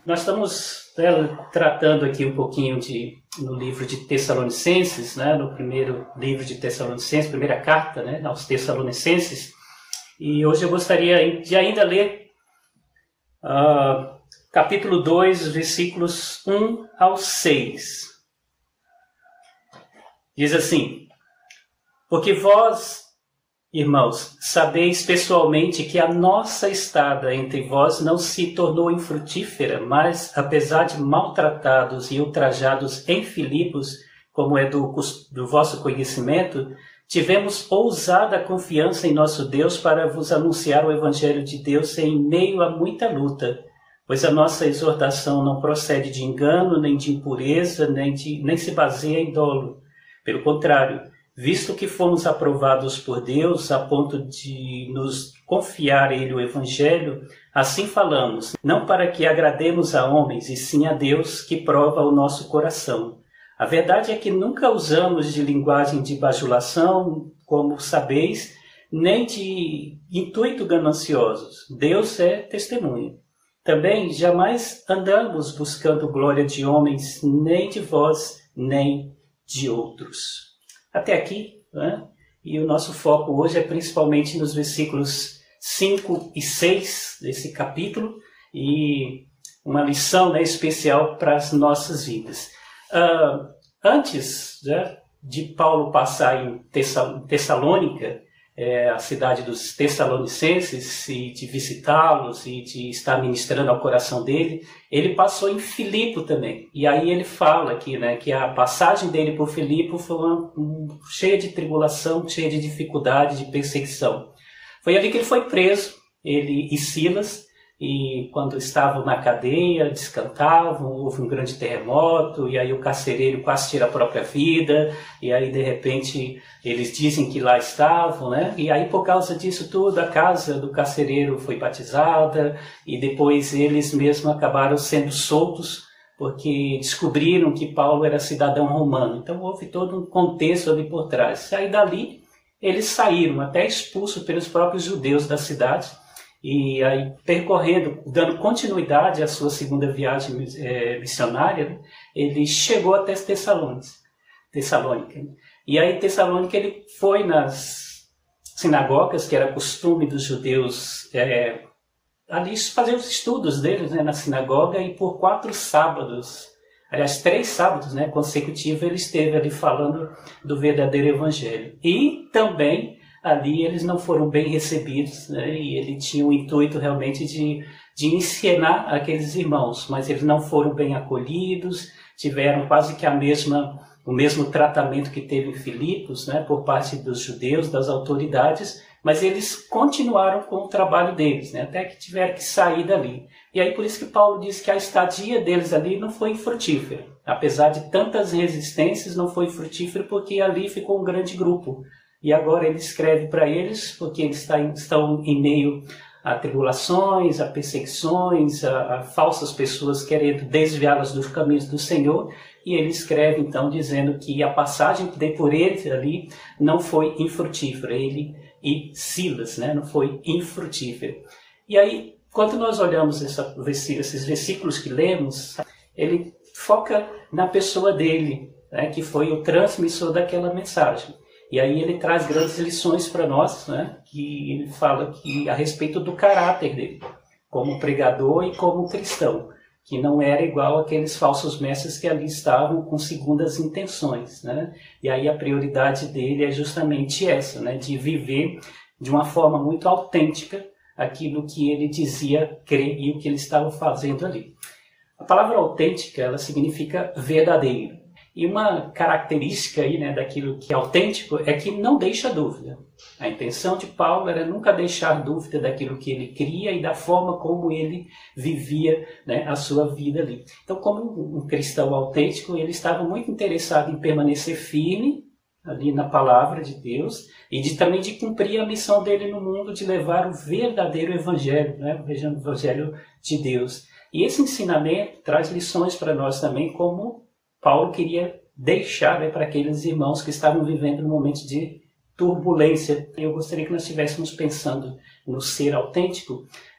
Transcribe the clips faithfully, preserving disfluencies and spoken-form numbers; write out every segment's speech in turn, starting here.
Nós estamos né, tratando aqui um pouquinho de, no livro de Tessalonicenses, né, no primeiro livro de Tessalonicenses, primeira carta né, aos Tessalonicenses, e hoje eu gostaria de ainda ler uh, capítulo dois, versículos um ao seis. Diz assim: porque vós, irmãos, sabeis pessoalmente que a nossa estada entre vós não se tornou infrutífera, mas, apesar de maltratados e ultrajados em Filipos, como é do, do vosso conhecimento, tivemos ousada confiança em nosso Deus para vos anunciar o Evangelho de Deus em meio a muita luta, pois a nossa exortação não procede de engano, nem de impureza, nem, de, nem se baseia em dolo. Pelo contrário, visto que fomos aprovados por Deus a ponto de nos confiar Ele o Evangelho, assim falamos, não para que agrademos a homens, e sim a Deus que prova o nosso coração. A verdade é que nunca usamos de linguagem de bajulação, como sabeis, nem de intuito gananciosos. Deus é testemunha. Também jamais andamos buscando glória de homens, nem de vós, nem de outros. Até aqui, né? E o nosso foco hoje é principalmente nos versículos cinco e seis desse capítulo, e uma lição né, especial para as nossas vidas. Uh, antes né, de Paulo passar em Tessalônica, é, a cidade dos Tessalonicenses, e de visitá-los e de estar ministrando ao coração dele, ele passou em Filipo também. E aí ele fala aqui né, que a passagem dele por Filipo foi uma, um, cheia de tribulação, cheia de dificuldade, de perseguição. Foi ali que ele foi preso, ele e Silas. E quando estavam na cadeia, descantavam, houve um grande terremoto, e aí o carcereiro quase tira a própria vida, e aí de repente eles dizem que lá estavam, né? E aí por causa disso tudo, a casa do carcereiro foi batizada, e depois eles mesmos acabaram sendo soltos, porque descobriram que Paulo era cidadão romano. Então houve todo um contexto ali por trás. E aí dali eles saíram, até expulsos pelos próprios judeus da cidade, e aí percorrendo, dando continuidade à sua segunda viagem é, missionária, ele chegou até Tessalônica. Tessalônica. E aí em Tessalônica ele foi nas sinagogas, que era costume dos judeus é, ali fazer os estudos deles né, na sinagoga, e por quatro sábados, aliás três sábados né, consecutivos, ele esteve ali falando do verdadeiro evangelho. E também ali eles não foram bem recebidos, né? E ele tinha o intuito realmente de, de ensinar aqueles irmãos, mas eles não foram bem acolhidos, tiveram quase que a mesma, o mesmo tratamento que teve em Filipos, né? Por parte dos judeus, das autoridades, mas eles continuaram com o trabalho deles, né? Até que tiveram que sair dali. E aí por isso que Paulo diz que a estadia deles ali não foi frutífera. Apesar de tantas resistências, não foi frutífera porque ali ficou um grande grupo. E agora ele escreve para eles, porque eles estão em meio a tribulações, a perseguições, a, a falsas pessoas querendo desviá-las dos caminhos do Senhor. E ele escreve então dizendo que a passagem que dei por eles ali não foi infrutífera. Ele e Silas, né, não foi infrutífera. E aí, quando nós olhamos essa, esses versículos que lemos, ele foca na pessoa dele, né, que foi o transmissor daquela mensagem. E aí ele traz grandes lições para nós, né? Que ele fala que, a respeito do caráter dele, como pregador e como cristão, que não era igual àqueles falsos mestres que ali estavam com segundas intenções, né? E aí a prioridade dele é justamente essa, né? De viver de uma forma muito autêntica aquilo que ele dizia crer e o que ele estava fazendo ali. A palavra autêntica, ela significa verdadeiro. E uma característica aí, né, daquilo que é autêntico é que não deixa dúvida. A intenção de Paulo era nunca deixar dúvida daquilo que ele cria e da forma como ele vivia né, a sua vida ali. Então, como um cristão autêntico, ele estava muito interessado em permanecer firme ali na palavra de Deus e de, também de cumprir a missão dele no mundo de levar o verdadeiro evangelho, né, o evangelho de Deus. E esse ensinamento traz lições para nós também, como Paulo queria deixar né, para aqueles irmãos que estavam vivendo um momento de turbulência. Eu gostaria que nós estivéssemos pensando no ser autêntico,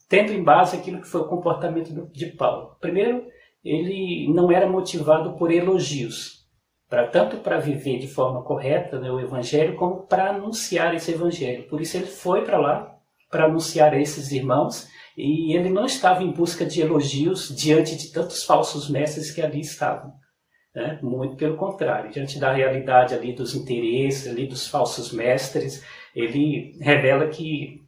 tendo em base aquilo que foi o comportamento de Paulo. Primeiro, ele não era motivado por elogios, pra, tanto para viver de forma correta, né, o evangelho, como para anunciar esse evangelho. Por isso ele foi para lá para anunciar a esses irmãos, e ele não estava em busca de elogios diante de tantos falsos mestres que ali estavam. Né? Muito pelo contrário, diante da realidade ali dos interesses, ali dos falsos mestres, ele revela que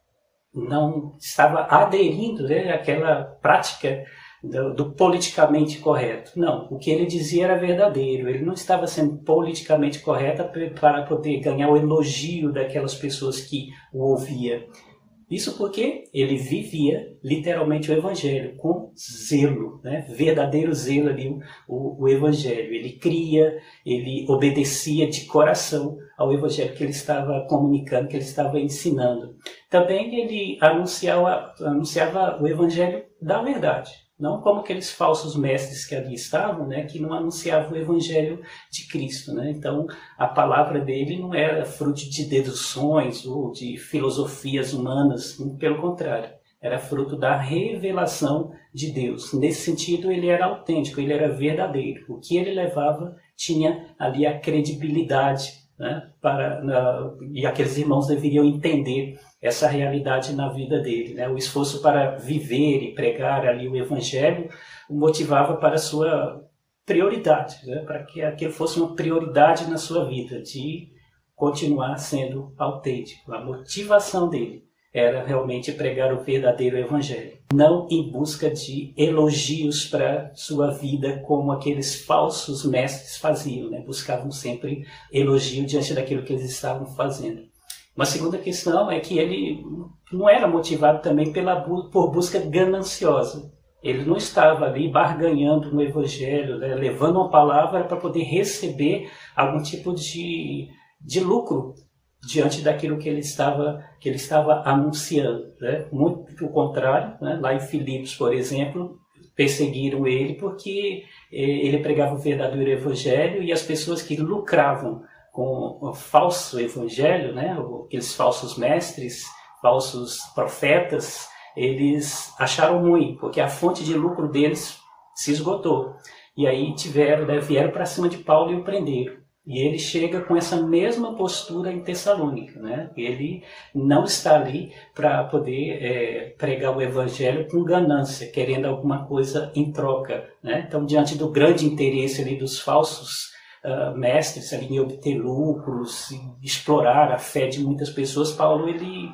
não estava aderindo, né, àquela prática do, do politicamente correto. Não, o que ele dizia era verdadeiro, ele não estava sendo politicamente correto para poder ganhar o elogio daquelas pessoas que o ouviam. Isso porque ele vivia literalmente o evangelho com zelo, né? Verdadeiro zelo ali, o, o evangelho. Ele cria, ele obedecia de coração ao evangelho que ele estava comunicando, que ele estava ensinando. Também ele anunciava, anunciava o evangelho da verdade. Não como aqueles falsos mestres que ali estavam, né, que não anunciavam o evangelho de Cristo. Né? Então, a palavra dele não era fruto de deduções ou de filosofias humanas, pelo contrário. Era fruto da revelação de Deus. Nesse sentido, ele era autêntico, ele era verdadeiro. O que ele levava tinha ali a credibilidade, né, para, na, e aqueles irmãos deveriam entender essa realidade na vida dele. Né? O esforço para viver e pregar ali o evangelho o motivava para a sua prioridade, né? Para que aquilo fosse uma prioridade na sua vida, de continuar sendo autêntico. A motivação dele era realmente pregar o verdadeiro evangelho, não em busca de elogios para sua vida, como aqueles falsos mestres faziam, né? Buscavam sempre elogio diante daquilo que eles estavam fazendo. Uma segunda questão é que ele não era motivado também pela, por busca gananciosa. Ele não estava ali barganhando no evangelho, né? Levando uma palavra para poder receber algum tipo de, de lucro diante daquilo que ele estava, que ele estava anunciando. Né? Muito pelo contrário, né? Lá em Filipos, por exemplo, perseguiram ele porque ele pregava o verdadeiro evangelho, e as pessoas que lucravam com o falso evangelho, né, aqueles falsos mestres, falsos profetas, eles acharam ruim, porque a fonte de lucro deles se esgotou. E aí tiveram, né, vieram para cima de Paulo e o prenderam. E ele chega com essa mesma postura em Tessalônica. Né? Ele não está ali para poder é, pregar o evangelho com ganância, querendo alguma coisa em troca. Né? Então, diante do grande interesse ali dos falsos Uh, mestres ali em obter lucros, explorar a fé de muitas pessoas, Paulo ele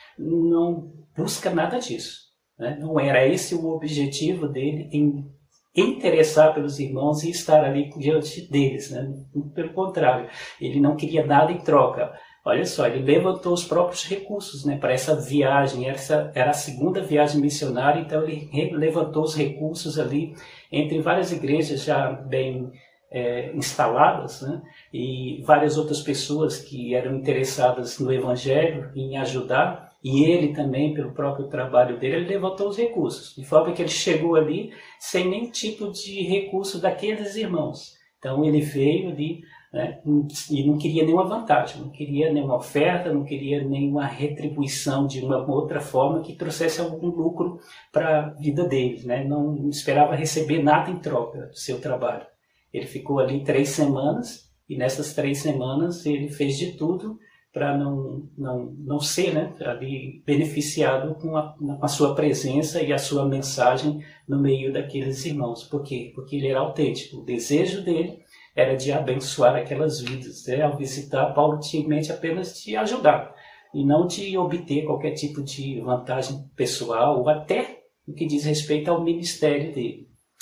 não busca nada disso. Né? Não era esse o objetivo dele em interessar pelos irmãos e estar ali diante deles. Né? Pelo contrário, ele não queria nada em troca. Olha só, ele levantou os próprios recursos, né, para essa viagem. Essa era a segunda viagem missionária, então ele levantou os recursos ali entre várias igrejas já bem É, instaladas, né? E várias outras pessoas que eram interessadas no evangelho, em ajudar, e ele também, pelo próprio trabalho dele, ele levantou os recursos, de forma que ele chegou ali sem nenhum tipo de recurso daqueles irmãos. Então ele veio ali, né, e não queria nenhuma vantagem, não queria nenhuma oferta, não queria nenhuma retribuição de uma outra forma que trouxesse algum lucro para a vida dele, né? Não esperava receber nada em troca do seu trabalho. Ele ficou ali três semanas, e nessas três semanas ele fez de tudo para não, não, não ser, né, ali beneficiado com a, com a sua presença e a sua mensagem no meio daqueles irmãos. Por quê? Porque ele era autêntico. O desejo dele era de abençoar aquelas vidas. Né? Ao visitar, Paulo tinha em mente apenas de ajudar, e não de obter qualquer tipo de vantagem pessoal, ou até no que diz respeito ao ministério dele.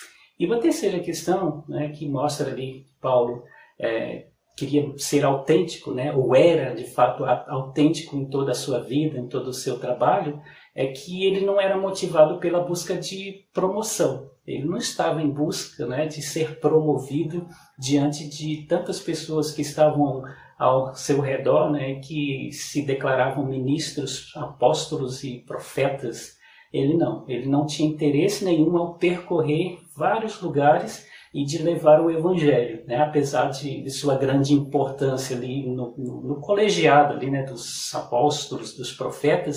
E uma terceira questão, né, que mostra ali que Paulo é, queria ser autêntico, né, ou era de fato autêntico em toda a sua vida, em todo o seu trabalho, é que ele não era motivado pela busca de promoção. Ele não estava em busca, né, de ser promovido diante de tantas pessoas que estavam ao seu redor, né, que se declaravam ministros, apóstolos e profetas. Ele não, ele não tinha interesse nenhum ao percorrer vários lugares e de levar o evangelho, né? Apesar de, de sua grande importância ali no, no, no colegiado ali, né, dos apóstolos, dos profetas,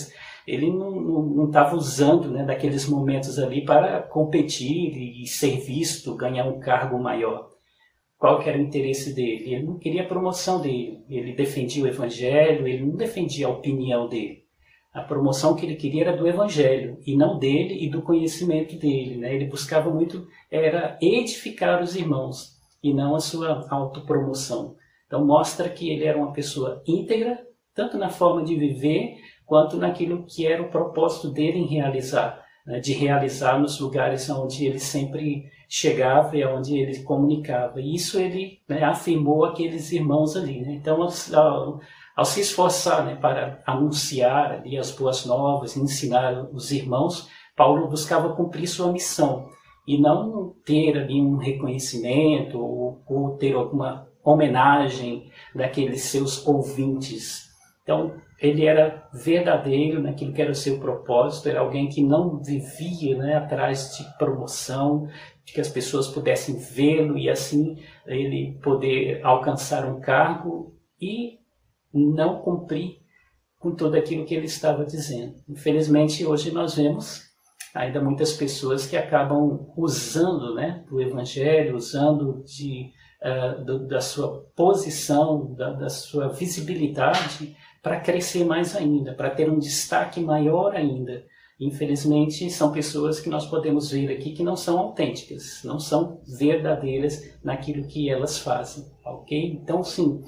ele não estava usando, né, daqueles momentos ali para competir e ser visto, ganhar um cargo maior. Qual que era o interesse dele? Ele não queria a promoção dele, ele defendia o evangelho, ele não defendia a opinião dele. A promoção que ele queria era do evangelho, e não dele e do conhecimento dele, né? Ele buscava muito, era edificar os irmãos, e não a sua autopromoção. Então mostra que ele era uma pessoa íntegra, tanto na forma de viver, quanto naquilo que era o propósito dele em realizar, né? De realizar nos lugares onde ele sempre chegava e onde ele comunicava. E isso ele, né, afirmou aqueles irmãos ali, né? Então, ao, ao se esforçar, né, para anunciar ali as boas novas, ensinar os irmãos, Paulo buscava cumprir sua missão e não ter ali um reconhecimento ou, ou ter alguma homenagem daqueles seus ouvintes. Então, ele era verdadeiro naquilo que era o seu propósito, era alguém que não vivia, né, atrás de promoção, de que as pessoas pudessem vê-lo e assim ele poder alcançar um cargo e não cumprir com tudo aquilo que ele estava dizendo. Infelizmente, hoje nós vemos ainda muitas pessoas que acabam usando, né, do evangelho, usando de, uh, do, da sua posição, da, da sua visibilidade, para crescer mais ainda, para ter um destaque maior ainda. Infelizmente, são pessoas que nós podemos ver aqui que não são autênticas, não são verdadeiras naquilo que elas fazem, ok? Então, sim,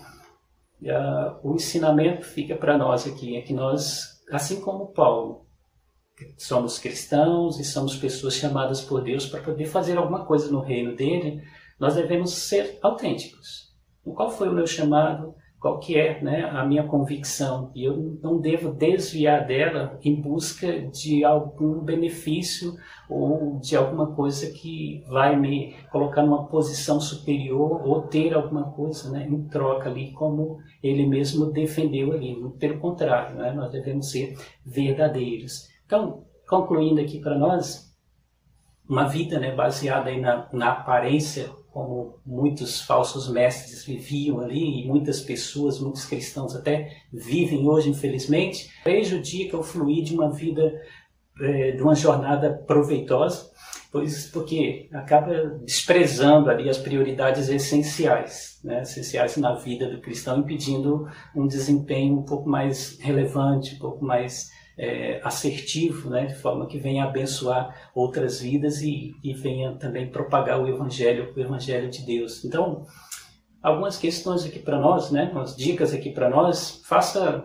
uh, o ensinamento fica para nós aqui, é que nós, assim como Paulo, somos cristãos e somos pessoas chamadas por Deus para poder fazer alguma coisa no reino dele, nós devemos ser autênticos. Qual foi o meu chamado? Qual que é, né, a minha convicção? E eu não devo desviar dela em busca de algum benefício ou de alguma coisa que vai me colocar numa posição superior ou ter alguma coisa, né, em troca ali, como ele mesmo defendeu ali. Pelo contrário, né, nós devemos ser verdadeiros. Então, concluindo aqui para nós, uma vida, né, baseada aí na, na aparência, como muitos falsos mestres viviam ali, e muitas pessoas, muitos cristãos até vivem hoje, infelizmente, prejudica o fluir de uma vida, é, de uma jornada proveitosa, pois, porque acaba desprezando ali as prioridades essenciais, né, essenciais na vida do cristão, impedindo um desempenho um pouco mais relevante, um pouco mais É, assertivo, né, de forma que venha abençoar outras vidas e, e venha também propagar o Evangelho, o Evangelho de Deus. Então, algumas questões aqui para nós, né, umas dicas aqui para nós, faça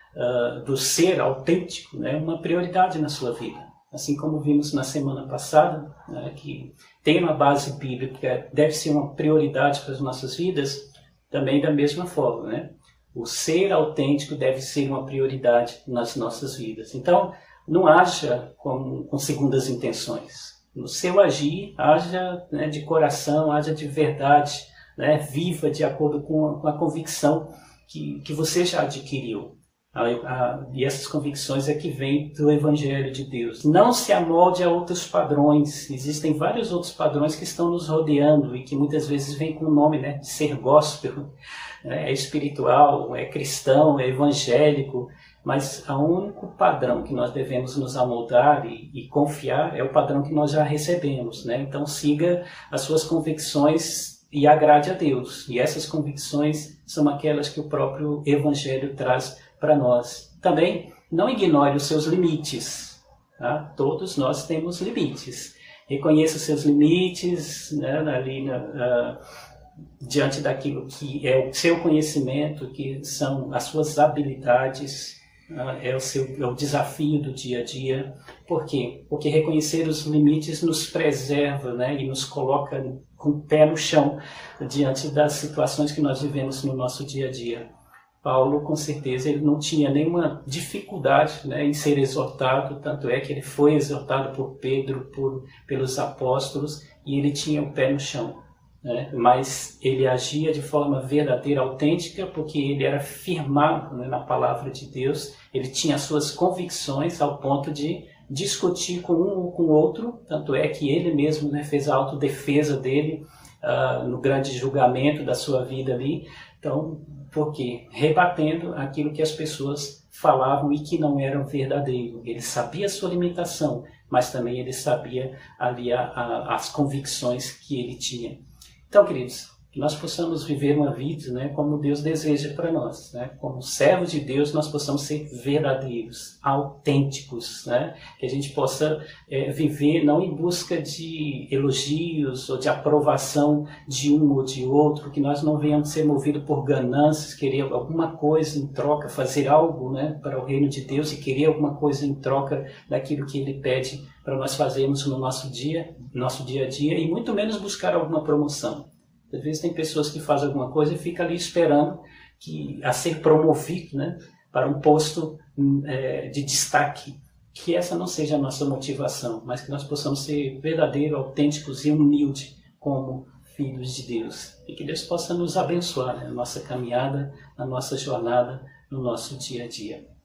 uh, do ser autêntico, né, uma prioridade na sua vida. Assim como vimos na semana passada, né, que tem uma base bíblica, deve ser uma prioridade para as nossas vidas, também da mesma forma, né? O ser autêntico deve ser uma prioridade nas nossas vidas. Então, não haja com, com segundas intenções. No seu agir, haja, né, de coração, haja de verdade, né, viva de acordo com a, com a convicção que, que você já adquiriu. A, a, e essas convicções é que vêm do Evangelho de Deus. Não se amolde a outros padrões. Existem vários outros padrões que estão nos rodeando e que muitas vezes vêm com o nome, né, de ser gospel. É espiritual, é cristão, é evangélico, mas o único padrão que nós devemos nos amoldar e, e confiar é o padrão que nós já recebemos, né? Então siga as suas convicções e agrade a Deus. E essas convicções são aquelas que o próprio Evangelho traz para nós. Também não ignore os seus limites, tá? Todos nós temos limites. Reconheça os seus limites, né, ali na... Uh, diante daquilo que é o seu conhecimento, que são as suas habilidades, é o, seu, é o desafio do dia a dia. Por quê? Porque reconhecer os limites nos preserva, né, e nos coloca com o pé no chão diante das situações que nós vivemos no nosso dia a dia. Paulo, com certeza, ele não tinha nenhuma dificuldade, né, em ser exortado, tanto é que ele foi exortado por Pedro, por, pelos apóstolos, e ele tinha o pé no chão. É, mas ele agia de forma verdadeira, autêntica, porque ele era firmado, né, na palavra de Deus. Ele tinha suas convicções ao ponto de discutir com um ou com o outro, tanto é que ele mesmo, né, fez a autodefesa dele uh, no grande julgamento da sua vida ali. Então, por quê? Rebatendo aquilo que as pessoas falavam e que não eram verdadeiros. Ele sabia a sua limitação, mas também ele sabia ali a, a, as convicções que ele tinha. Então, queridos, que nós possamos viver uma vida, né, como Deus deseja para nós, né? Como servos de Deus, nós possamos ser verdadeiros, autênticos, né? Que a gente possa é, viver não em busca de elogios ou de aprovação de um ou de outro, que nós não venhamos ser movidos por ganâncias, querer alguma coisa em troca, fazer algo, né, para o reino de Deus e querer alguma coisa em troca daquilo que Ele pede para nós fazermos no nosso dia, nosso dia a dia, e muito menos buscar alguma promoção. Às vezes tem pessoas que fazem alguma coisa e ficam ali esperando que, a ser promovido, né, para um posto é, de destaque. Que essa não seja a nossa motivação, mas que nós possamos ser verdadeiros, autênticos e humildes como filhos de Deus. E que Deus possa nos abençoar, né, na nossa caminhada, na nossa jornada, no nosso dia a dia.